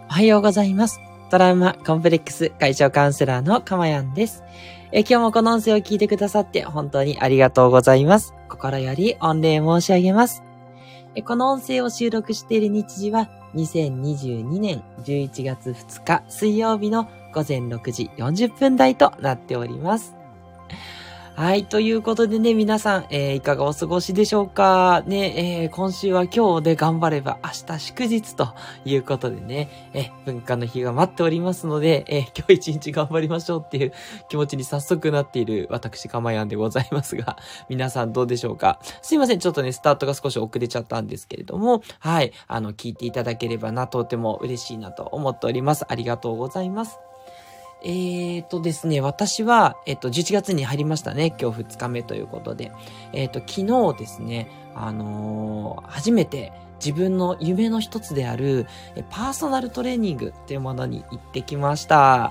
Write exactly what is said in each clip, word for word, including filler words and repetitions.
おはようございます。トラウマコンプレックス解消カウンセラーのかまやんです。え今日もこの音声を聞いてくださって本当にありがとうございます。心より御礼申し上げます。えこの音声を収録している日時はにせんにじゅうにねんじゅういちがつふつか水曜日のごぜんろくじよんじゅっぷん台となっております。はい。ということでね、皆さん、えー、いかがお過ごしでしょうかね、えー、今週は今日で頑張れば明日祝日ということでね、えー、文化の日が待っておりますので、えー、今日一日頑張りましょうっていう気持ちに早速なっている私、かまやんでございますが、皆さんどうでしょうか。すいません。ちょっとね、スタートが少し遅れちゃったんですけれども、はい。あの、聞いていただければな、とても嬉しいなと思っております。ありがとうございます。えーとですね、私は、えっと、じゅういちがつに入りましたね。今日ふつかめということで。えっと、昨日ですね、あのー、初めて自分の夢の一つである、パーソナルトレーニングっていうものに行ってきました。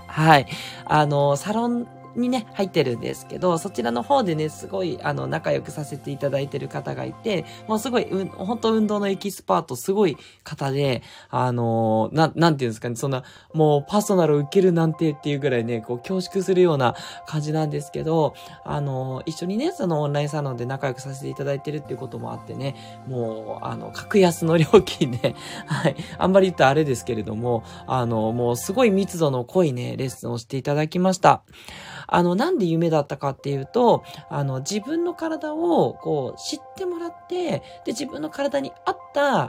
はい。あのー、サロン、にね、入ってるんですけど、そちらの方でね、すごい、あの、仲良くさせていただいてる方がいて、もうすごい、うん、本当運動のエキスパート、すごい方で、あの、な、なんていうんですかね、そんな、もうパーソナルを受けるなんてっていうぐらいね、こう、恐縮するような感じなんですけど、あの、一緒にね、そのオンラインサロンで仲良くさせていただいてるっていうこともあってね、もう、あの、格安の料金で、はい、あんまり言ったらあれですけれども、あの、もうすごい密度の濃いね、レッスンをしていただきました。あの、なんで夢だったかっていうと、あの、自分の体を、こう、知ってもらって、で、自分の体に合った、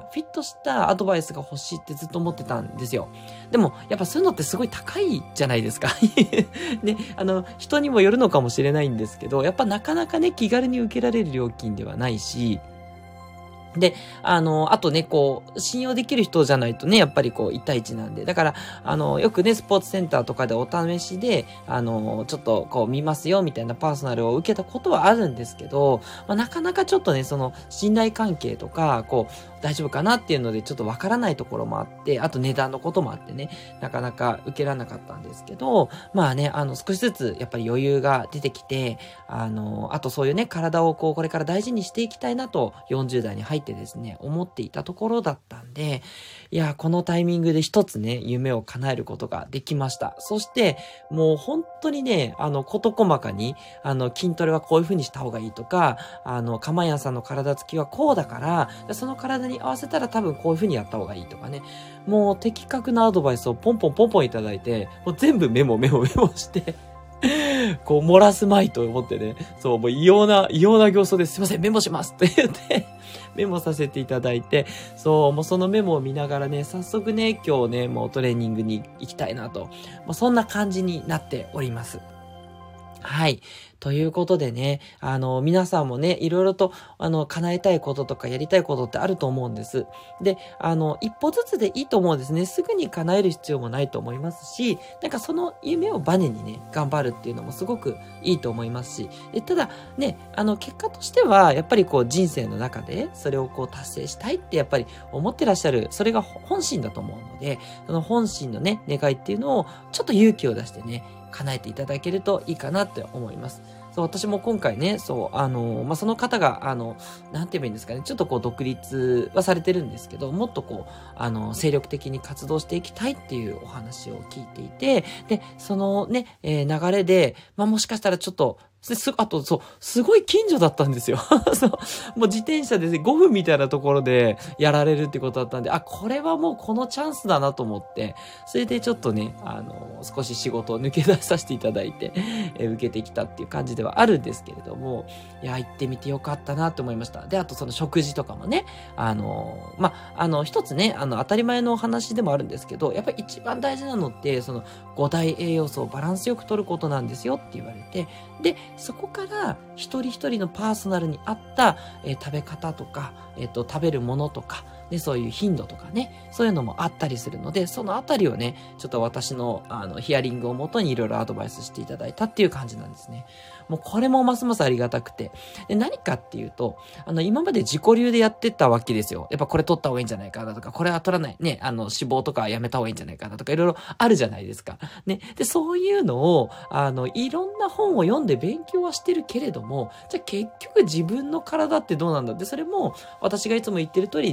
フィットしたアドバイスが欲しいってずっと思ってたんですよ。でも、やっぱそういうのってすごい高いじゃないですか。ね、あの、人にもよるのかもしれないんですけど、やっぱなかなかね、気軽に受けられる料金ではないし、で、あの、あとね、こう、信用できる人じゃないとね、やっぱりこう、一対一なんで。だから、あの、よくね、スポーツセンターとかでお試しで、あの、ちょっとこう、見ますよ、みたいなパーソナルを受けたことはあるんですけど、まあ、なかなかちょっとね、その、信頼関係とか、こう、大丈夫かなっていうので、ちょっとわからないところもあって、あと値段のこともあってね、なかなか受けられなかったんですけど、まあね、あの、少しずつ、やっぱり余裕が出てきて、あの、あとそういうね、体をこう、これから大事にしていきたいなと、よんじゅう代に入ってですね、思っていたところだったんで、いや、このタイミングで一つね、夢を叶えることができました。そして、もう本当にね、あの、事細かに、あの、筋トレはこういう風にした方がいいとか、あの、かまやんさんの体つきはこうだから、その体に合わせたら多分こういう風にやった方がいいとかね、もう的確なアドバイスをポンポンポンポンいただいて、もう全部メモメモメモして、こう、漏らすまいと思ってね、そう、もう異様な、異様な形相ですいません、メモしますって言って、メモさせていただいて、そう、もうそのメモを見ながらね、早速ね、今日ね、もうトレーニングに行きたいなと、もうそんな感じになっております。はい。ということでね、あの、皆さんもね、いろいろと、あの、叶えたいこととかやりたいことってあると思うんです。で、あの、一歩ずつでいいと思うんですね。すぐに叶える必要もないと思いますし、なんかその夢をバネにね、頑張るっていうのもすごくいいと思いますし、でただね、あの、結果としては、やっぱりこう、人生の中で、それをこう、達成したいってやっぱり思ってらっしゃる、それが本心だと思うので、その本心のね、願いっていうのを、ちょっと勇気を出してね、叶えていただけるといいかなって思います。そう、私も今回ね、そう、あの、まあ、その方が、あの、なんて言えばいいんですかね、ちょっとこう、独立はされてるんですけど、もっとこう、あの、精力的に活動していきたいっていうお話を聞いていて、で、そのね、えー、流れで、まあ、もしかしたらちょっと、す、あと、そう、すごい近所だったんですよ。そう、もう自転車でごふんみたいなところでやられるってことだったんで、あ、これはもうこのチャンスだなと思って、それでちょっとね、あの、少し仕事を抜け出させていただいて、えー、受けてきたっていう感じではあるんですけれども、いや、行ってみてよかったなと思いました。で、あとその食事とかもね、あの、まあ、あの、一つね、あの、当たり前のお話でもあるんですけど、やっぱり一番大事なのって、その、五大栄養素をバランスよく取ることなんですよって言われて、で、そこから一人一人のパーソナルに合った、えー、食べ方とか、えっと、食べるものとか、ね、そういう頻度とかね、そういうのもあったりするので、そのあたりをね、ちょっと私の、あの、ヒアリングをもとにいろいろアドバイスしていただいたっていう感じなんですね。もうこれもますますありがたくて。で、何かっていうと、あの、今まで自己流でやってたわけですよ。やっぱこれ取った方がいいんじゃないかなとか、これは取らない。ね、あの、脂肪とかやめた方がいいんじゃないかなとか、いろいろあるじゃないですか。ね。で、そういうのを、あの、いろんな本を読んで勉強はしてるけれども、じゃあ結局自分の体ってどうなんだって、それも、私がいつも言ってる通り、自分の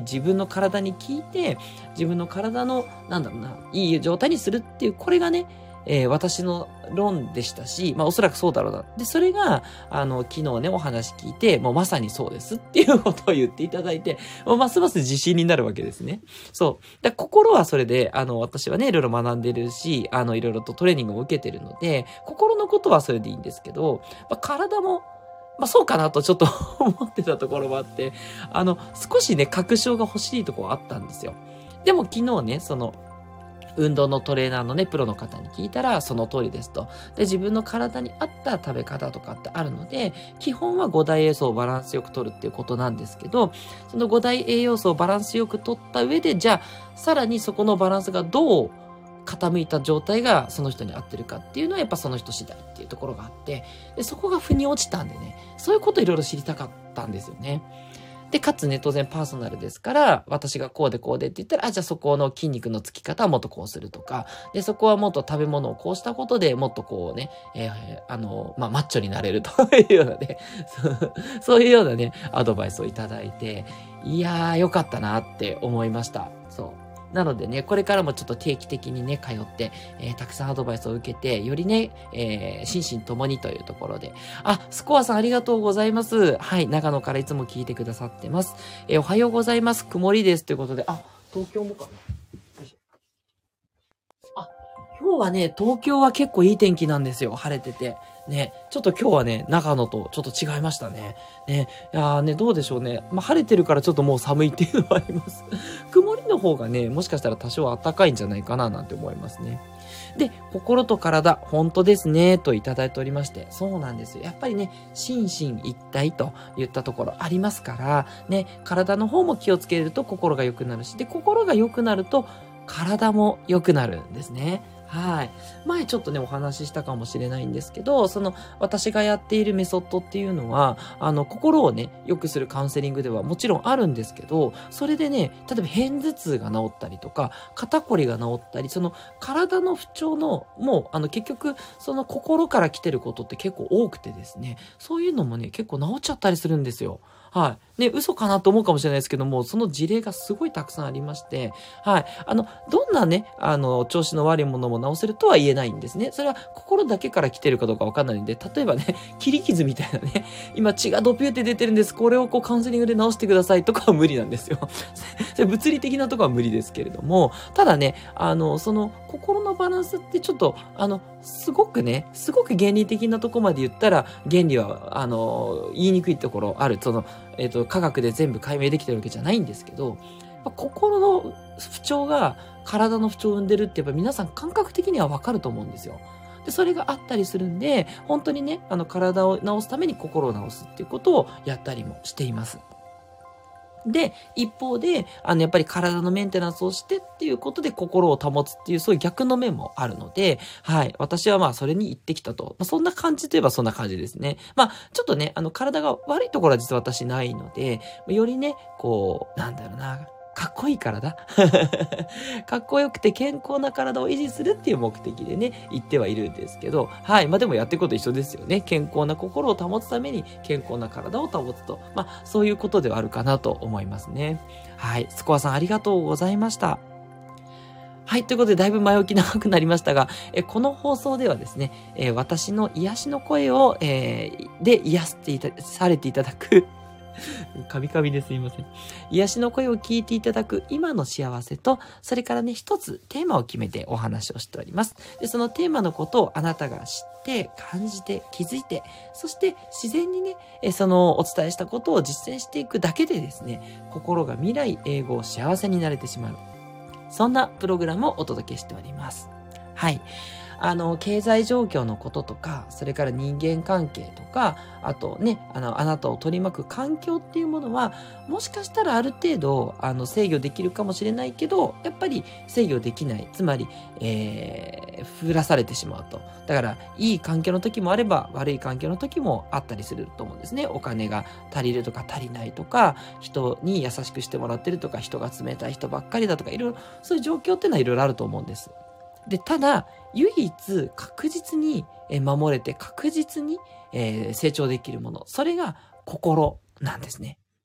の体に効いて、自分の体の、なんだろうな、いい状態にするっていう、これがね、えー、私の論でしたし、まあおそらくそうだろうな。で、それが、あの、昨日ね、お話聞いて、もうまさにそうですっていうことを言っていただいて、もうますます自信になるわけですね。そう。で、心はそれで、あの、私はね、いろいろ学んでるし、あの、いろいろとトレーニングも受けてるので、心のことはそれでいいんですけど、まあ、体も、まあそうかなとちょっと思ってたところもあって、あの、少しね、確証が欲しいところあったんですよ。でも昨日ね、その、運動のトレーナーのね、プロの方に聞いたら、その通りですと。で、自分の体に合った食べ方とかってあるので、基本はご大栄養素をバランスよく取るっていうことなんですけど、そのご大栄養素をバランスよく取った上で、じゃあ、さらにそこのバランスがどう傾いた状態がその人に合ってるかっていうのはやっぱその人次第っていうところがあって、で、そこが腑に落ちたんでね、そういうこといろいろ知りたかったんですよね。で、かつね、当然パーソナルですから、私がこうでこうでって言ったら、あ、じゃあそこの筋肉のつき方はもっとこうするとか、で、そこはもっと食べ物をこうしたことでもっとこうね、えー、あの、まあ、マッチョになれるというようなね、そういうようなね、アドバイスをいただいて、いやー、よかったなって思いました。そう。なのでね、これからもちょっと定期的にね、通って、えー、たくさんアドバイスを受けて、よりね、えー、心身ともにというところで。あ、スコアさんありがとうございます。はい、長野からいつも聞いてくださってます。えー、おはようございます。曇りです。ということで、あ、東京もかな。あ、今日はね、東京は結構いい天気なんですよ。晴れてて。ね、ちょっと今日はね、長野とちょっと違いましたね。ね、いやーね、どうでしょうね。まあ、晴れてるからちょっともう寒いっていうのはあります。曇りの方がね、もしかしたら多少暖かいんじゃないかななんて思いますね。で、心と体、本当ですね、といただいておりまして、そうなんですよ。やっぱりね、心身一体といったところありますから、ね、体の方も気をつけると心が良くなるし、で、心が良くなると体も良くなるんですね。はい。前ちょっとね、お話ししたかもしれないんですけど、その、私がやっているメソッドっていうのは、あの、心をね、良くするカウンセリングではもちろんあるんですけど、それでね、例えば片頭痛が治ったりとか、肩こりが治ったり、その、体の不調の、もう、あの、結局、その心から来てることって結構多くてですね、そういうのもね、結構治っちゃったりするんですよ。はい。ね、嘘かなと思うかもしれないですけども、その事例がすごいたくさんありまして、はい。あの、どんなね、あの、調子の悪いものも治せるとは言えないんですね。それは心だけから来てるかどうかわかんないんで、例えばね、切り傷みたいなね、今血がドピューって出てるんです。これをこうカウンセリングで治してくださいとかは無理なんですよ。それ物理的なところは無理ですけれども、ただね、あの、その心のバランスってちょっと、あの、すごくね、すごく原理的なところまで言ったら、原理は、あの、言いにくいところある。その、えっと、科学で全部解明できてるわけじゃないんですけど、心の不調が体の不調を生んでるってやっぱ皆さん感覚的にはわかると思うんですよ。で、それがあったりするんで、本当にね、あの体を治すために心を治すっていうことをやったりもしています。で、一方で、あの、やっぱり体のメンテナンスをしてっていうことで心を保つっていう、そういう逆の面もあるので、はい。私はまあ、それに行ってきたと。まあ、そんな感じといえばそんな感じですね。まあ、ちょっとね、あの、体が悪いところは実は私ないので、よりね、こう、なんだろうな、かっこいい体かっこよくて健康な体を維持するっていう目的でね、言ってはいるんですけど、はい。まあでもやってること一緒ですよね。健康な心を保つために健康な体を保つと。まあ、そういうことではあるかなと思いますね。はい。スコアさんありがとうございました。はい。ということで、だいぶ前置き長くなりましたが、えこの放送ではですね、えー、私の癒しの声を、えー、で癒していた、されていただく、カミカミですいません。癒しの声を聞いていただく今の幸せと、それからね、一つテーマを決めてお話をしております。で、そのテーマのことをあなたが知って、感じて、気づいて、そして自然にね、そのお伝えしたことを実践していくだけでですね、心が未来、永劫、幸せになれてしまう。そんなプログラムをお届けしております。はい。あの、経済状況のこととか、それから人間関係とか、あとね、あの、あなたを取り巻く環境っていうものは、もしかしたらある程度、あの、制御できるかもしれないけど、やっぱり制御できない。つまり、えー、降らされてしまうと。だから、いい環境の時もあれば、悪い環境の時もあったりすると思うんですね。お金が足りるとか足りないとか、人に優しくしてもらってるとか、人が冷たい人ばっかりだとか、いろいろ、そういう状況っていうのはいろいろあると思うんです。で、ただ、唯一確実に守れて確実に成長できるもの。それが心なんですね。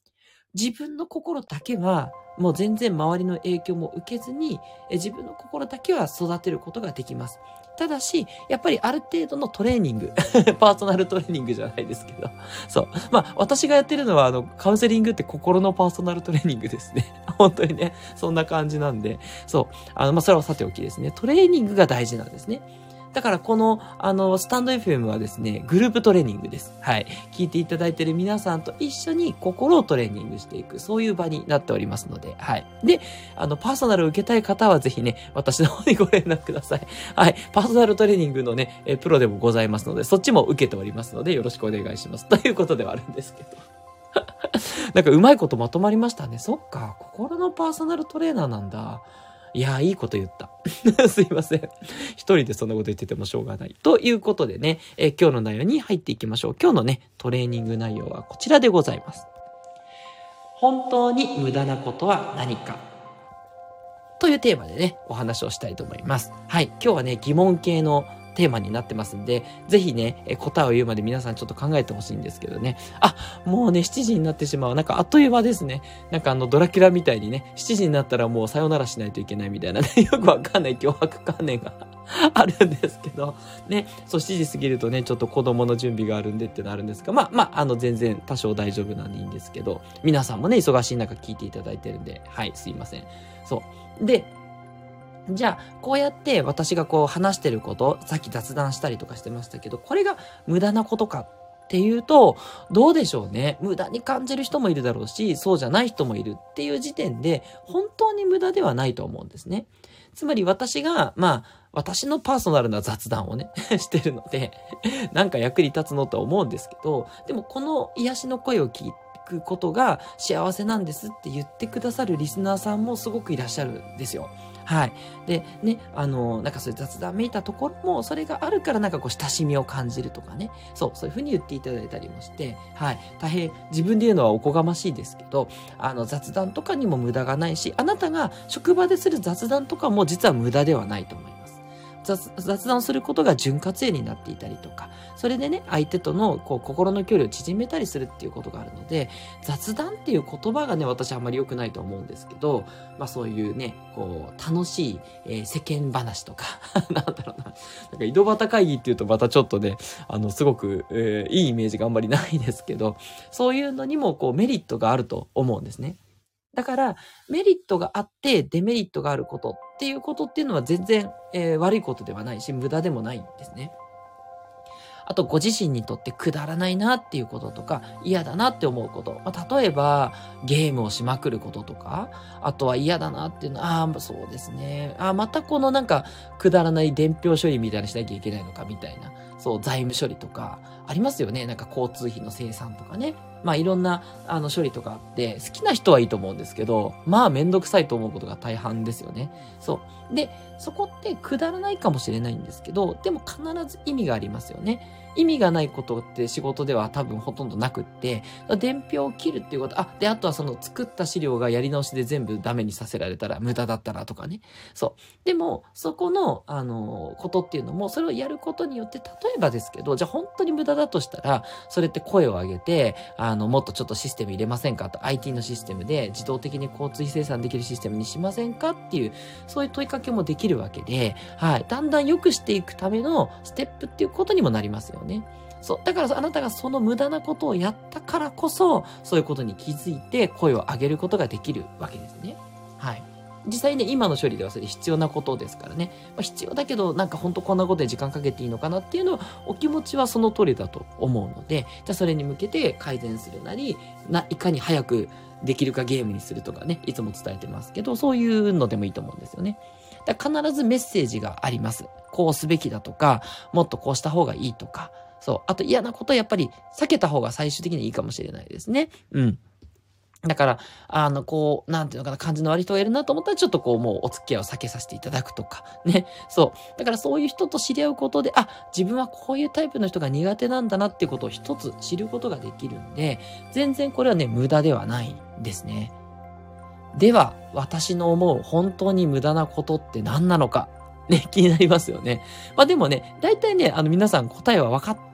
自分の心だけは、もう全然周りの影響も受けずに、え自分の心だけは育てることができます。ただし、やっぱりある程度のトレーニング、パーソナルトレーニングじゃないですけど、そう。まあ、私がやってるのは、あの、カウンセリングって心のパーソナルトレーニングですね。本当にね、そんな感じなんで、そう。あの、まあ、それはさておきですね。トレーニングが大事なんですね。だからこの、あの、スタンド エフエム はですね、グループトレーニングです。はい。聞いていただいている皆さんと一緒に心をトレーニングしていく、そういう場になっておりますので、はい。で、あの、パーソナルを受けたい方はぜひね、私の方にご連絡ください。はい。パーソナルトレーニングのね、えプロでもございますので、そっちも受けておりますので、よろしくお願いします。ということではあるんですけど。なんかうまいことまとまりましたね。そっか、心のパーソナルトレーナーなんだ。いやー、いいこと言った。すいません。一人でそんなこと言っててもしょうがない。ということでね、えー、今日の内容に入っていきましょう。今日のね、トレーニング内容はこちらでございます。本当に無駄なことは何かというテーマでね、お話をしたいと思います。はい。今日はね、疑問系のテーマになってますんで、ぜひね、え答えを言うまで皆さんちょっと考えてほしいんですけどね。あ、もうね、しちじになってしまう。なんかあっという間ですね。なんかあの、ドラキュラみたいにね、しちじになったらもうさよならしないといけないみたいなね、よくわかんない脅迫観念があるんですけど、ね、そうしちじ過ぎるとね、ちょっと子供の準備があるんでってのあるんですが、まあ、まあ、あの、全然多少大丈夫なんでいいんですけど、皆さんもね、忙しい中聞いていただいてるんで、はい、すいません。そう。で、じゃあ、こうやって私がこう話してること、さっき雑談したりとかしてましたけど、これが無駄なことかっていうと、どうでしょうね。無駄に感じる人もいるだろうし、そうじゃない人もいるっていう時点で、本当に無駄ではないと思うんですね。つまり私が、まあ、私のパーソナルな雑談をね、してるので、なんか役に立つのとは思うんですけど、でもこの癒しの声を聞いくことが幸せなんですって言ってくださるリスナーさんもすごくいらっしゃるんですよ。はい。で、ね、あの、なんかそういう雑談めいたところも、それがあるからなんかこう親しみを感じるとかね。そう、そういうふうに言っていただいたりもして、はい。大変、自分で言うのはおこがましいですけど、あの、雑談とかにも無駄がないし、あなたが職場でする雑談とかも実は無駄ではないと思います。雑, 雑談をすることが潤滑油になっていたりとか、それでね、相手とのこう心の距離を縮めたりするっていうことがあるので、雑談っていう言葉がね、私あんまり良くないと思うんですけど、まあそういうね、こう、楽しい、えー、世間話とか、なんだろうな、なんか井戸端会議っていうとまたちょっとね、あの、すごく、えー、いいイメージがあんまりないですけど、そういうのにもこうメリットがあると思うんですね。だから、メリットがあってデメリットがあることっていうことっていうのは全然、えー、悪いことではないし、無駄でもないんですね。あと、ご自身にとってくだらないなっていうこととか、嫌だなって思うこと。まあ、例えば、ゲームをしまくることとか、あとは嫌だなっていうのは、ああ、そうですね。ああ、またこのなんか、くだらない伝票処理みたいなしなきゃいけないのかみたいな。そう、財務処理とか、ありますよね。なんか交通費の精算とかね。まあいろんなあの処理とかあって、好きな人はいいと思うんですけど、まあめんどくさいと思うことが大半ですよね。そう。で、そこってくだらないかもしれないんですけど、でも必ず意味がありますよね。意味がないことって仕事では多分ほとんどなくって、伝票を切るっていうこと、あ、で、あとはその作った資料がやり直しで全部ダメにさせられたら無駄だったらとかね。そう。でも、そこの、あの、ことっていうのも、それをやることによって、例えばですけど、じゃあ本当に無駄だとしたら、それって声を上げて、あの、もっとちょっとシステム入れませんかと、アイティー のシステムで自動的に交通費精算できるシステムにしませんかっていう、そういう問いかけもできるわけで、はい。だんだん良くしていくためのステップっていうことにもなりますよね。そう。だからあなたがその無駄なことをやったからこそ、そういうことに気づいて声を上げることができるわけですね。はい。実際ね、今の処理ではそれ必要なことですからね。まあ、必要だけど、なんか本当こんなことで時間かけていいのかなっていうのは、お気持ちはその通りだと思うので、じゃあそれに向けて改善するなり、な、いかに早くできるかゲームにするとかね、いつも伝えてますけど、そういうのでもいいと思うんですよね。だから必ずメッセージがあります。こうすべきだとか、もっとこうした方がいいとか、そう。あと嫌なことはやっぱり避けた方が最終的にはいいかもしれないですね。うん。だから、あの、こう、なんていうのかな、感じの悪い人がいるなと思ったら、ちょっとこう、もうお付き合いを避けさせていただくとか、ね。そう。だからそういう人と知り合うことで、あ、自分はこういうタイプの人が苦手なんだなっていうことを一つ知ることができるんで、全然これはね、無駄ではないんですね。では、私の思う本当に無駄なことって何なのか。ね、気になりますよね。まあでもね、大体ね、あの皆さん答えは分かっ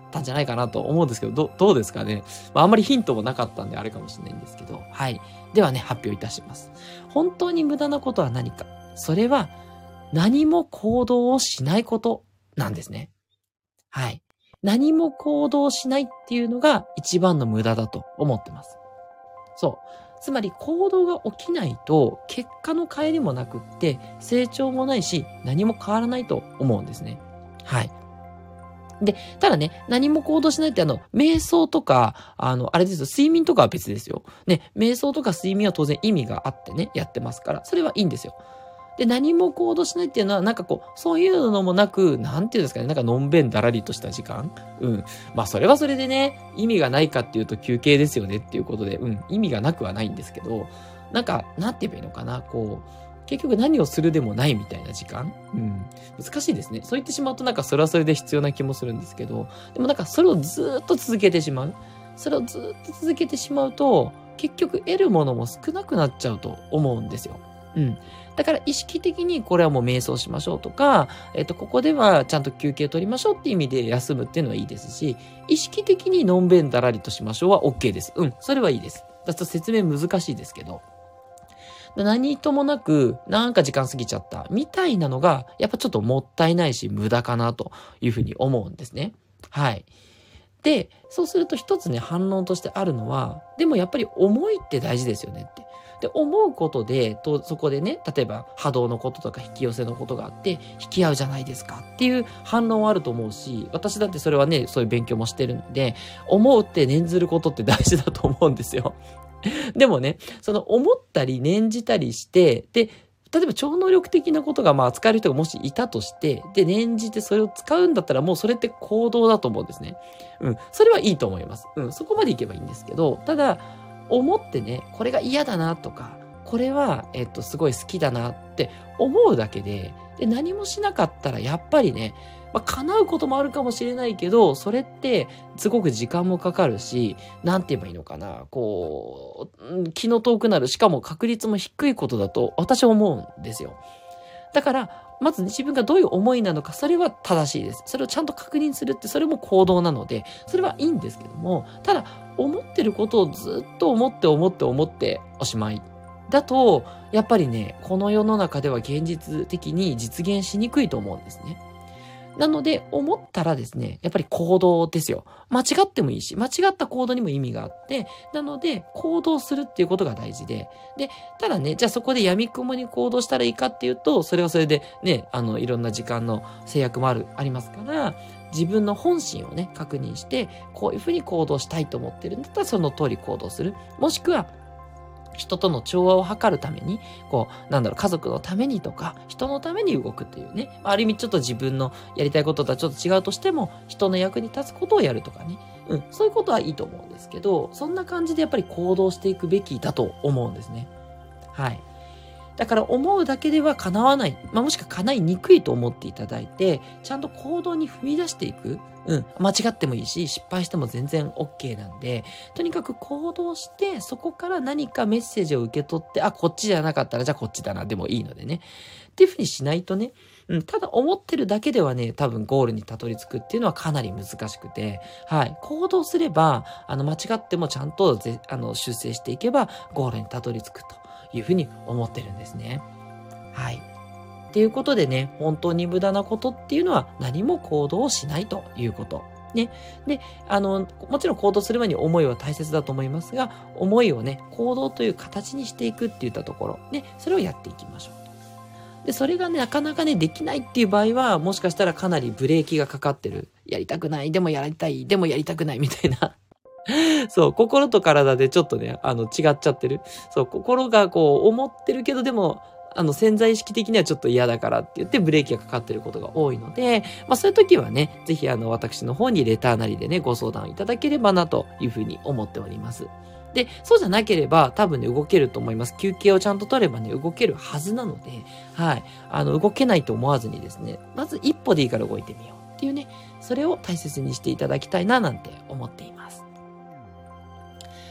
たんじゃないかなと思うんですけど、ど、どうですかね。まあ、あんまりヒントもなかったんであれかもしれないんですけど、はい。ではね、発表いたします。本当に無駄なことは何か。それは、何も行動をしないことなんですね。はい。何も行動しないっていうのが一番の無駄だと思ってます。そう。つまり行動が起きないと結果の帰りもなくって成長もないし何も変わらないと思うんですね。はい。で、ただね、何も行動しないってあの、瞑想とか、あの、あれですよ、睡眠とかは別ですよ。ね、瞑想とか睡眠は当然意味があってね、やってますから、それはいいんですよ。で、何も行動しないっていうのは、なんかこう、そういうのもなく、なんていうんですかね、なんかのんべんだらりとした時間。うん。まあ、それはそれでね、意味がないかっていうと休憩ですよねっていうことで、うん、意味がなくはないんですけど、なんか、なんて言えばいいのかな、こう、結局何をするでもないみたいな時間。うん。難しいですね。そう言ってしまうとなんかそれはそれで必要な気もするんですけど、でもなんかそれをずーっと続けてしまう。それをずーっと続けてしまうと、結局得るものも少なくなっちゃうと思うんですよ。うん。だから意識的にこれはもう瞑想しましょうとか、えっと、ここではちゃんと休憩取りましょうっていう意味で休むっていうのはいいですし、意識的にのんべんだらりとしましょうは OK です。うん、それはいいです。だと説明難しいですけど。何ともなく、なんか時間過ぎちゃった、みたいなのが、やっぱちょっともったいないし、無駄かなというふうに思うんですね。はい。で、そうすると一つね、反論としてあるのは、でもやっぱり思いって大事ですよねって。で、思うことで、と、そこでね、例えば波動のこととか引き寄せのことがあって、引き合うじゃないですかっていう反論はあると思うし、私だってそれはね、そういう勉強もしてるんで、思うって念ずることって大事だと思うんですよ。でもね、その思ったり念じたりして、で、例えば超能力的なことがまあ使える人がもしいたとして、で、念じてそれを使うんだったらもうそれって行動だと思うんですね。うん。それはいいと思います。うん。そこまでいけばいいんですけど、ただ、思ってね、これが嫌だなとか、これは、えっと、すごい好きだなって思うだけで、で、何もしなかったらやっぱりね、まあ、叶うこともあるかもしれないけど、それって、すごく時間もかかるし、なんて言えばいいのかな、こう、気の遠くなる、しかも確率も低いことだと、私は思うんですよ。だから、まず自分がどういう思いなのか、それは正しいです。それをちゃんと確認するって、それも行動なので、それはいいんですけども、ただ、思ってることをずっと思って思って思っておしまい。だと、やっぱりね、この世の中では現実的に実現しにくいと思うんですね。なので、思ったらですね、やっぱり行動ですよ。間違ってもいいし、間違った行動にも意味があって、なので、行動するっていうことが大事で、で、ただね、じゃあそこで闇雲に行動したらいいかっていうと、それはそれでね、あの、いろんな時間の制約もある、ありますから、自分の本心をね、確認して、こういうふうに行動したいと思ってるんだったら、その通り行動する。もしくは、人との調和を図るために、こう、なんだろう、家族のためにとか、人のために動くっていうね。ある意味ちょっと自分のやりたいこととはちょっと違うとしても、人の役に立つことをやるとかね。うん、そういうことはいいと思うんですけど、そんな感じでやっぱり行動していくべきだと思うんですね。はい。だから思うだけでは叶わない。まあ、もしくは叶いにくいと思っていただいて、ちゃんと行動に踏み出していく。うん。間違ってもいいし、失敗しても全然 OK なんで、とにかく行動して、そこから何かメッセージを受け取って、あ、こっちじゃなかったら、じゃあこっちだな、でもいいのでね。っていうふうにしないとね、うん、ただ思ってるだけではね、多分ゴールにたどり着くっていうのはかなり難しくて、はい。行動すれば、あの、間違ってもちゃんとぜ、あの、修正していけば、ゴールにたどり着くというふうに思ってるんですね。はい。っていうことでね、本当に無駄なことっていうのは何も行動をしないということ。ね。で、あの、もちろん行動する前に思いは大切だと思いますが、思いをね、行動という形にしていくっていったところ、ね、それをやっていきましょうと。で、それがね、なかなかね、できないっていう場合は、もしかしたらかなりブレーキがかかってる。やりたくない、でもやりたい、でもやりたくないみたいな。そう、心と体でちょっとね、あの、違っちゃってる。そう、心がこう、思ってるけど、でも、あの、潜在意識的にはちょっと嫌だからって言ってブレーキがかかってることが多いので、まあそういう時はね、ぜひあの、私の方にレターなりでね、ご相談いただければなというふうに思っております。で、そうじゃなければ多分ね、動けると思います。休憩をちゃんと取ればね、動けるはずなので、はい。あの、動けないと思わずにですね、まず一歩でいいから動いてみようっていうね、それを大切にしていただきたいななんて思っています。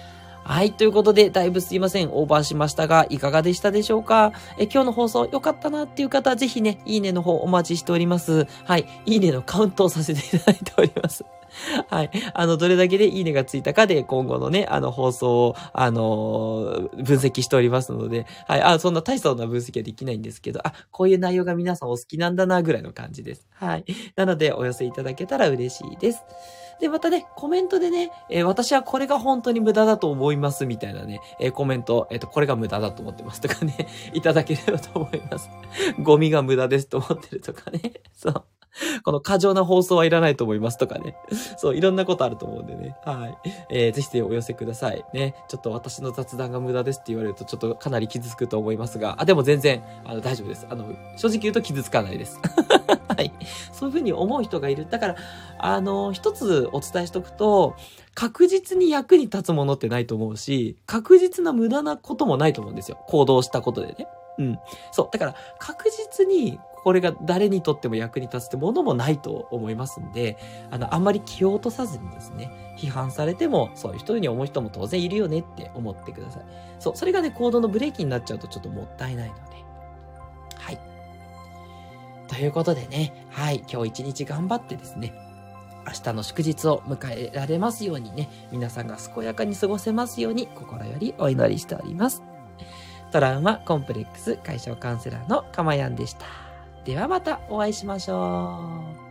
はい。ということで、だいぶすいません。オーバーしましたが、いかがでしたでしょうか？え、今日の放送良かったなっていう方は、ぜひね、いいねの方お待ちしております。はい。いいねのカウントをさせていただいております。はい。あの、どれだけでいいねがついたかで、今後のね、あの、放送を、あのー、分析しておりますので、はい。あ、そんな大層な分析はできないんですけど、あ、こういう内容が皆さんお好きなんだな、ぐらいの感じです。はい。なので、お寄せいただけたら嬉しいです。で、またね、コメントでね、えー、私はこれが本当に無駄だと思います、みたいなね、えー、コメント、えっと、これが無駄だと思ってますとかね、いただければと思います。ゴミが無駄ですと思ってるとかね、そう。この過剰な放送はいらないと思いますとかね。そう、いろんなことあると思うんでね。はい。えー、ぜひぜひお寄せください。ね。ちょっと私の雑談が無駄ですって言われるとちょっとかなり傷つくと思いますが、あ、でも全然、あの、大丈夫です。あの、正直言うと傷つかないです。はい。そういうふうに思う人がいる。だから、あの、一つお伝えしとくと、確実に役に立つものってないと思うし、確実な無駄なこともないと思うんですよ。行動したことでね。うん。そう。だから、確実に、これが誰にとっても役に立つってものもないと思いますんで、あの、あんまり気を落とさずにですね、批判されても、そういう人に思う人も当然いるよねって思ってください。そう。それがね、行動のブレーキになっちゃうとちょっともったいないので。はい。ということでね、はい。今日一日頑張ってですね、明日の祝日を迎えられますようにね、皆さんが健やかに過ごせますように心よりお祈りしております。トラウマコンプレックス解消カウンセラーのかまやんでした。ではまたお会いしましょう。